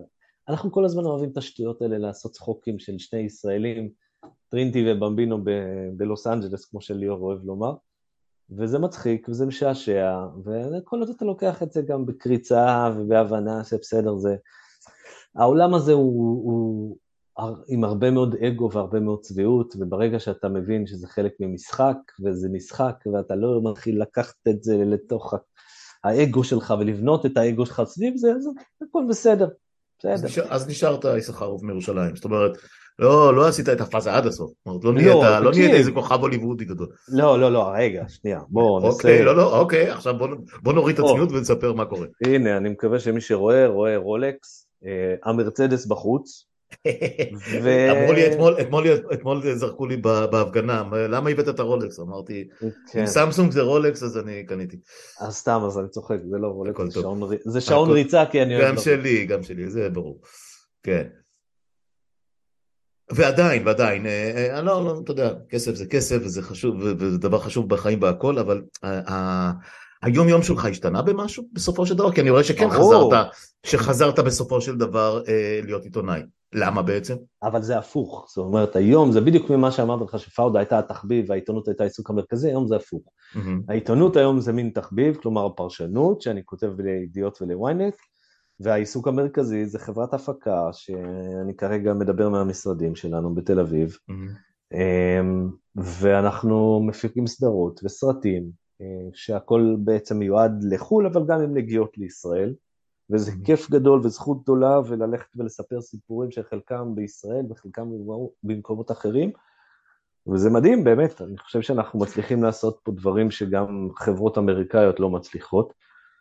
אנחנו כל הזמן אוהבים את השטויות האלה, לעשות צחוקים של שני ישראלים, טרינטי ובמבינו ב- בלוס אנג'לס, כמו שליאור אוהב לומר, וזה מצחיק, וזה משעשע, וכל עוד אתה לוקח את זה גם בקריצה ובהבנה שבסדר זה. העולם הזה הוא, הוא עם הרבה מאוד אגו והרבה מאוד צביעות, וברגע שאתה מבין שזה חלק ממשחק, וזה משחק, ואתה לא מתחיל לקחת את זה לתוך האגו שלך, ולבנות את האגו שלך סביב זה, אז הכל בסדר. אז, נשאר, אז נשארת יששכרוב מירושלים, זאת אומרת, לא, לא עשית את הפאזה עד הסוף, זאת אומרת, לא נהיית, לא, לא נהיית איזה תקשיב. כוכב הוליוודי גדול. לא, לא, לא, רגע, שנייה, בואו אוקיי, נעשה... לא, לא, אוקיי, עכשיו בוא, בוא נוריד את או, הצניעות ונספר מה קורה. הנה, אני מקווה שמי שרואה, רואה רולקס, אה, המרצדס בחוץ, ו... אמרו לי אתמול, אתמול, אתמול זרקו לי בהפגנה, למה הבאת את הרולקס? אמרתי, אם כן, סמסונג זה רולקס אז אני קניתי. אז סתם, אז אני צוחק, זה לא רולקס, הכל זה טוב. שעון, ר- זה שעון הכל... ריצה, כי אני אוהב גם לרוץ. שלי, גם שלי, זה ברור. כן. ועדיין, ועדיין, אה, אה, לא, לא, אתה יודע, כסף זה כסף, וזה חשוב, וזה דבר חשוב בחיים והכל, אבל ה- ה- היום יום שלך השתנה במשהו בסופו של דבר? כי אני רואה שכן ברור, חזרת, שחזרת בסופו של דבר אה, להיות עיתונאי. למה בעצם? אבל זה הפוך, זאת אומרת, היום זה בדיוק ממה שאמרתי לך, שפאודה הייתה התחביב, והעיתונות הייתה העיסוק המרכזי, היום זה הפוך. מהמם. העיתונות היום זה מין תחביב, כלומר הפרשנות, שאני כותב לידיעות ולוויינט, והעיסוק המרכזי זה חברת הפקה, שאני כרגע מדבר מהמשרדים שלנו בתל אביב, מהמם. ואנחנו מפיקים סדרות וסרטים, שהכל בעצם מיועד לחול, אבל גם עם נגיעות לישראל, וזה כיף גדול וזכות גדולה, וללכת ולספר סיפורים שחלקם בישראל וחלקם במקומות אחרים, וזה מדהים באמת, אני חושב שאנחנו מצליחים לעשות פה דברים שגם חברות אמריקאיות לא מצליחות,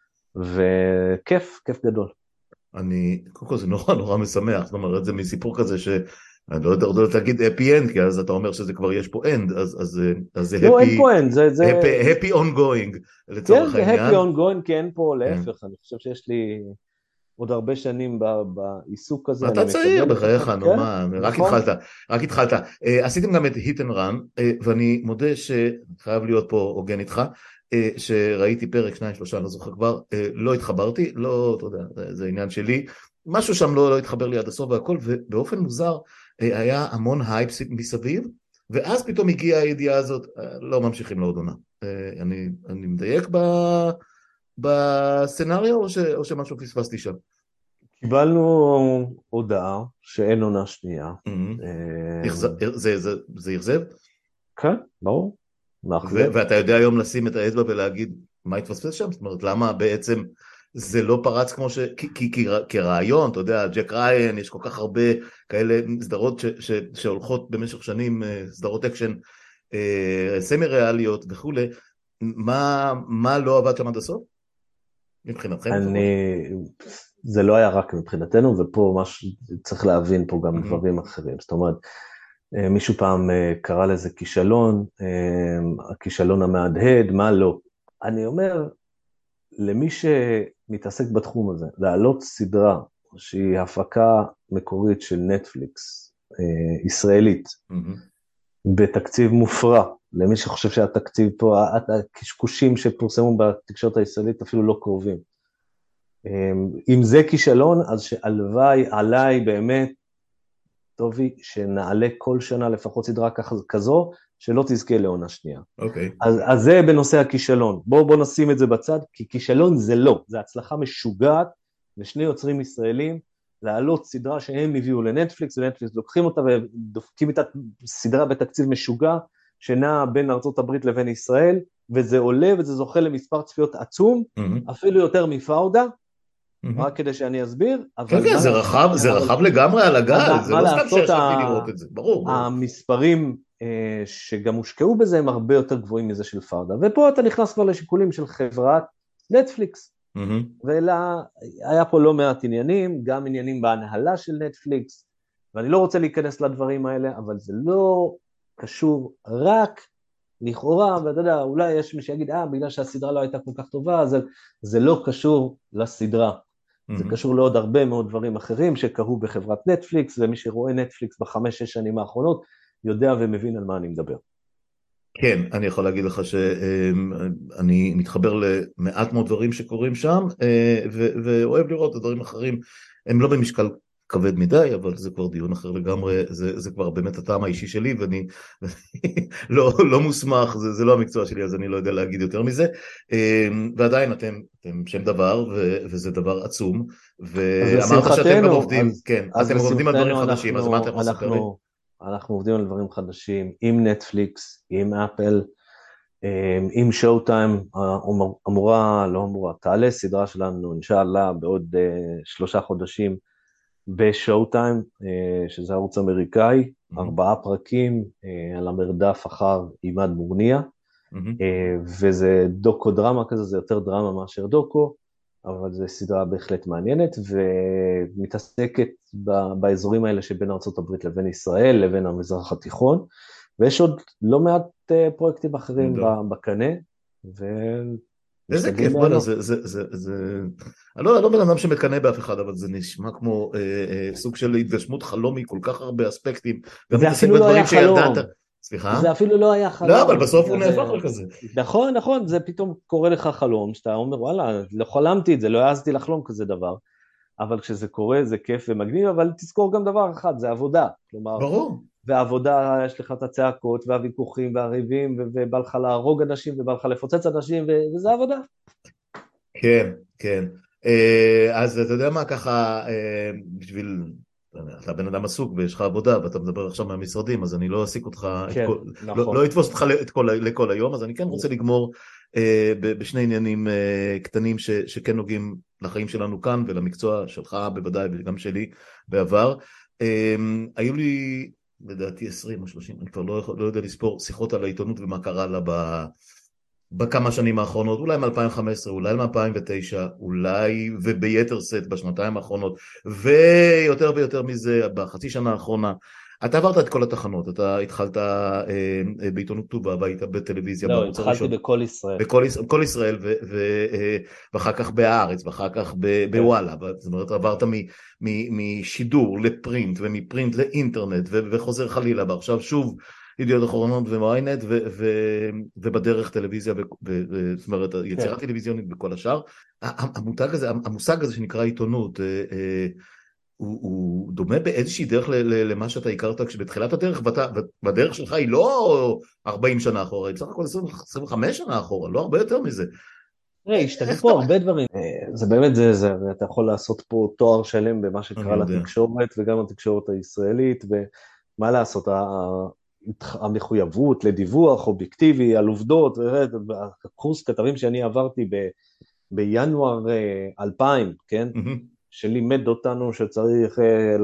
וכיף, כיף גדול. אני, קודם כל זה נורא נורא משמח, זאת אומרת, זה מסיפור כזה ש... אני לא יודע, לא יודע להגיד happy end, כי אז אתה אומר שזה כבר יש פה end, אז, אז, אז זה לא, אין happy, פה end, זה... זה... happy, happy ongoing כן, לצורך זה העניין. happy ongoing, כי אין פה כן. להפך, אני חושב שיש לי עוד הרבה שנים ב- בעיסוק הזה. אתה אני צעיר מקבל בחייך, לפחות, נו כן, מה, רק נכון. התחלת, רק התחלת. אה, עשיתם גם את hit and run, אה, ואני מודה שחייב להיות פה הוגן איתך, אה, שראיתי פרק, שניים, שלושה, לא זוכר כבר, אה, לא התחברתי, לא, אתה יודע, זה, זה עניין שלי, משהו שם לא, לא התחבר לי עד הסוף והכל, ובאופן מוזר אה, היה המון הייפ מסביב, ואז פתאום הגיעה הידיעה הזאת, אה, לא ממשיכים לעוד עונה. אה, אני, אני מדייק ב, בסצנריו, או, ש, או שמשהו פספסתי שם? קיבלנו הודעה שאין עונה שנייה. Mhm. אה, אכז- זה, זה, זה אכזב? כן, ברור, ו- מאכזב. ואתה יודע היום לשים את האצבע ולהגיד מה התפספס שם? זאת אומרת, למה בעצם זה לא פרץ כמו ש... כי, כי, כי, כרעיון, אתה יודע, ג'ק ריין, יש כל כך הרבה כאלה סדרות ש, ש, שהולכות במשך שנים, אה, סדרות אקשן אה, סמי ריאליות וכולי, מה, מה לא עבד שם עד הסוף? מבחינתכם לפחות? אני, זה לא היה רק מבחינתנו, ופה ממש צריך להבין פה גם Mhm. דברים אחרים. זאת אומרת, אה, מישהו פעם אה, קרא לזה כישלון, אה, הכישלון המהדהד, מה לא. אני אומר, למי שמתעסק בתחום הזה, להעלות סדרה שהיא הפקה מקורית של נטפליקס, אה, ישראלית, Mhm. בתקציב מופרע, למי שחושב שהתקציב פה, הקשקושים שפורסמו בתקשורת הישראלית אפילו לא קרובים. אם זה כישלון, אז שהלוואי עליי באמת, טובי, שנעלה כל שנה לפחות סדרה כזו, שלא תזכה לעונה שנייה. אוקיי. אז, אז זה בנושא הכישלון. בואו בוא נשים את זה בצד, כי כישלון זה לא, זה הצלחה משוגעת לשני יוצרים ישראלים, להעלות סדרה שהם הביאו לנטפליקס, ונטפליקס לוקחים אותה ודופקים את הסדרה בתקציב משוגע, שנע בין ארצות הברית לבין ישראל, וזה עולה וזה זוכה למספר צפיות עצום, Mhm. אפילו יותר מפאודה, Mhm. רק כדי שאני אסביר. כן, כן, זה רחב, זה רחב לגמרי על הגל, זה לא סתם שישבתי לראות את זה, ברור, ברור. המספרים שגם הושקעו בזה הם הרבה יותר גבוהים מזה של פאודה, ופה אתה נכנס כבר לשיקולים של חברת נטפליקס, והיה פה לא מעט עניינים, גם עניינים בהנהלה של נטפליקס, ואני לא רוצה להיכנס לדברים האלה, אבל זה לא קשור רק לכאורה, ואתה יודע, אולי יש מי שיגיד, אה, בגלל שהסדרה לא הייתה כל כך טובה, אז זה לא קשור לסדרה, זה קשור לעוד הרבה מאוד דברים אחרים שקרו בחברת נטפליקס, ומי שרואה נטפליקס בחמש, שש שנים האחרונות, יודע ומבין על מה אני מדבר. כן, אני יכול להגיד לך שאני מתחבר למעט מאוד דברים שקורים שם, ואוהב לראות את דברים אחרים, הם לא במשקל כבד מדי, אבל זה כבר דיון אחר לגמרי, זה, זה כבר באמת הטעם האישי שלי, ואני לא, לא מוסמך, זה, זה לא המקצוע שלי, אז אני לא יודע להגיד יותר מזה, ועדיין אתם, אתם שם דבר, ו, וזה דבר עצום, ואמרת שאתם גם עובדים, אז, כן, אז אתם עובדים על דברים אנחנו, חדשים, אז מה אתה יכול לספר לי? אנחנו עובדים על דברים חדשים, עם נטפליקס, עם אפל, עם שואו טיים, אמורה, לא אמורה, תעלה סדרה שלנו, אינשאללה, בעוד שלושה חודשים, בשואו טיים, שזה ערוץ אמריקאי, mm-hmm. ארבעה פרקים uh, על המרדף אחר עימאד מורניה, mm-hmm. uh, וזה דוקו דרמה כזה, זה יותר דרמה מאשר דוקו, אבל זו סדרה בהחלט מעניינת, ומתעסקת ב- באזורים האלה שבין ארצות הברית לבין ישראל, לבין המזרח התיכון, ויש עוד לא מעט uh, פרויקטים אחרים בקנה, ו... איזה כיף, בוא'נה, זה, זה, זה, זה, אני לא, לא בן אדם שמקנא באף אחד, אבל זה נשמע כמו אה, אה, סוג של התגשמות חלומי, כל כך הרבה אספקטים, זה אפילו לא היה חלום, סליחה? זה אפילו לא היה חלום. לא, אבל בסוף הוא נהפך לכזה. נכון, נכון, זה פתאום קורה לך חלום, שאתה אומר, וואלה, לא חלמתי את זה, לא העזתי לחלום כזה דבר, אבל כשזה קורה זה כיף ומגניב, אבל תזכור גם דבר אחד, זה עבודה, כלומר, ברור. והעבודה, יש לך את הצעקות והוויכוחים והריבים, ובא לך להרוג אנשים, ובא לך לפוצץ אנשים, וזה עבודה. כן, כן. אז אתה יודע מה, ככה, בשביל, אתה בן אדם עסוק ויש לך עבודה, ואתה מדבר עכשיו מהמשרדים, אז אני לא אעסיק אותך, כן, נכון. לא, לא אתפוס אותך לכל היום, אז אני כן רוצה לגמור בשני עניינים קטנים שכן נוגעים לחיים שלנו כאן, ולמקצוע שלך בוודאי, וגם שלי בעבר. היו לי, לדעתי עשרים או שלושים, אני כבר לא, לא יודע לספור שיחות על העיתונות ומה קרה לה ב, בכמה שנים האחרונות, אולי מ-אלפיים וחמש עשרה, אולי מ-אלפיים ותשע, אולי וביתר סט בשנתיים האחרונות, ויותר ויותר מזה בחצי שנה האחרונה. אתה עברת את כל התחנות, אתה התחלת אה, אה, בעיתונות כתובה, והיית בטלוויזיה, לא, התחלתי בכל ישראל. בכל, בכל ישראל, ו, ו, אה, ואחר כך בהארץ, ואחר כך בוואלה, זאת אומרת, עברת מ, מ, משידור לפרינט, ומפרינט לאינטרנט, ו, וחוזר חלילה, ועכשיו שוב, ידיעות אחרונות ומיינת, ו, ו, ובדרך טלוויזיה, ו, ו, זאת אומרת, יצירה כן. טלוויזיונית בכל השאר. המותג הזה, המושג הזה שנקרא עיתונות, הוא, הוא דומה באיזושהי דרך ל, ל, למה שאתה הכרת כשבתחילת הדרך, ואתה, והדרך שלך היא לא ארבעים שנה אחורה, היא בסך הכל עשרים וחמש שנה אחורה, לא הרבה יותר מזה. תראה, השתנו פה הרבה דברים. זה באמת זה, זה, אתה יכול לעשות פה תואר שלם במה שקרה לתקשורת, וגם התקשורת הישראלית, ומה לעשות, המחויבות לדיווח אובייקטיבי על עובדות, הקורס כתבים שאני עברתי ב, בינואר אלפיים, כן? שלימד אותנו שצריך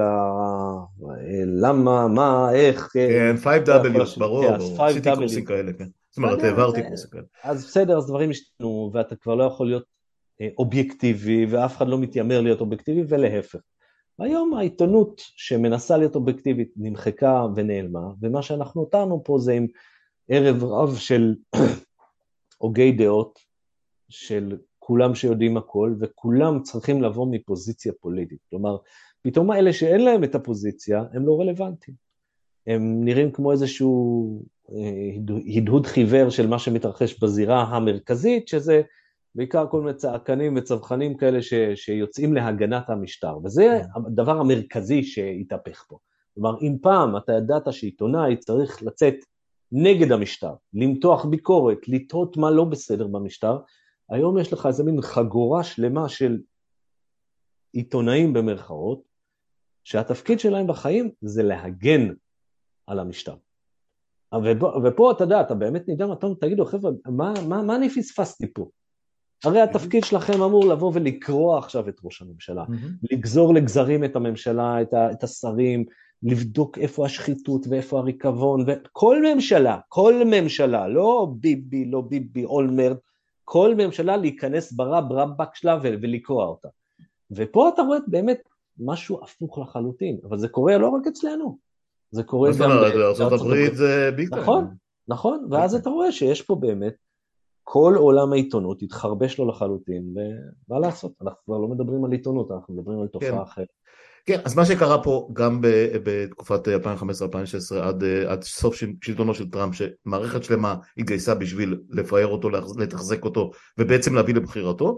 למה, מה, איך. כן, חמש דאבליו, ברור, עשיתי קורסים כאלה, כן. זאת אומרת, העברתי קורסים כאלה. אז בסדר, אז דברים השתנו, ואתה כבר לא יכול להיות אובייקטיבי, ואף אחד לא מתיימר להיות אובייקטיבי, ולהפך. היום העיתונות שמנסה להיות אובייקטיבית נמחקה ונעלמה, ומה שאנחנו אותנו פה זה עם ערב רב של הוגי דעות, של כולם שיודעים הכל, וכולם צריכים לבוא מפוזיציה פוליטית. כלומר, פתאום האלה שאין להם את הפוזיציה, הם לא רלוונטיים. הם נראים כמו איזשהו הדהוד חיוור של מה שמתרחש בזירה המרכזית, שזה בעיקר כל מיני צעקנים וצווחנים כאלה ש, שיוצאים להגנת המשטר, וזה הדבר המרכזי שהתהפך פה. כלומר, אם פעם אתה ידעת שעיתונאי צריך לצאת נגד המשטר, למתוח ביקורת, לתהות מה לא בסדר במשטר, היום יש לך איזה מין חגורה שלמה של עיתונאים במרכאות, שהתפקיד שלהם בחיים זה להגן על המשטר. ופה, ופה אתה יודע, אתה באמת נדע, אתה תגידו, חבר'ה, מה, מה, מה אני פספסתי פה? הרי התפקיד שלכם אמור לבוא ולקרוא עכשיו את ראש הממשלה, לגזור לגזרים את הממשלה, את, ה, את השרים, לבדוק איפה השחיתות ואיפה הריקבון, וכל ממשלה, כל ממשלה, לא ביבי, לא ביבי, אולמרט, כל ממשלה להיכנס ברב רבק שלה ולקרוא אותה. ופה אתה רואה באמת משהו הפוך לחלוטין, אבל זה קורה לא רק אצלנו, זה קורה גם בארצות הברית, זה ביג טיים. נכון, נכון, ואז אתה רואה שיש פה באמת, כל עולם העיתונות התחרבש לו לחלוטין, ומה לעשות, אנחנו כבר לא מדברים על עיתונות, אנחנו מדברים על תופעה אחרת. כן, אז מה שקרה פה גם בתקופת אלפיים וחמש עשרה אלפיים ושש עשרה עד, עד סוף שלטונו של טראמפ, שמערכת שלמה התגייסה בשביל לפאר אותו, לתחזק אותו, ובעצם להביא לבחירתו,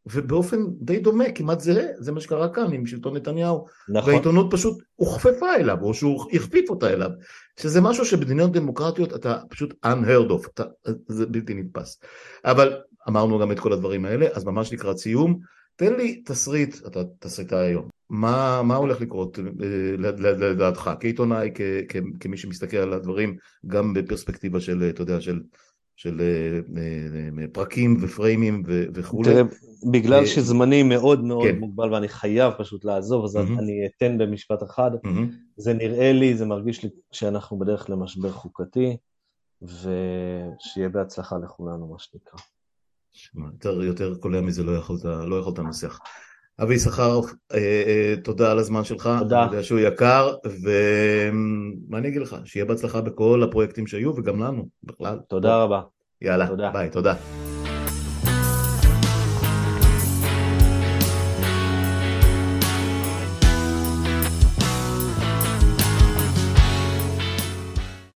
ובאופן די דומה, כמעט זהה, זה מה שקרה כאן עם שלטון נתניהו, נכון. והעיתונות פשוט הוכפפה אליו, או שהוא הכפיף אותה אליו, שזה משהו שבמדינות דמוקרטיות אתה פשוט unheard of, אתה, זה בלתי נתפס. אבל אמרנו גם את כל הדברים האלה, אז ממש לקראת סיום, תן לי תסריט, אתה תסריטה היום, מה, מה הולך לקרות לדעתך, כעיתונאי, כ, כ, כמי שמסתכל על הדברים, גם בפרספקטיבה של, אתה יודע, של... של פרקים ופריימים וכו'. תראה, בגלל שזמני מאוד מאוד כן. מוגבל ואני חייב פשוט לעזוב, אז Mm-hmm. אני אתן במשפט אחד. Mm-hmm. זה נראה לי, זה מרגיש לי שאנחנו בדרך למשבר חוקתי, ושיהיה בהצלחה לכולנו, מה שנקרא. יותר, יותר קולע מזה לא יכולת, לא יכולת לנסח. אבי יששכרוף, אה, אה, תודה על הזמן שלך. תודה. אני יודע שהוא יקר, ומה אני אגיד לך? שיהיה בהצלחה בכל הפרויקטים שהיו, וגם לנו, בכלל. תודה טוב. רבה. יאללה, תודה. ביי, תודה.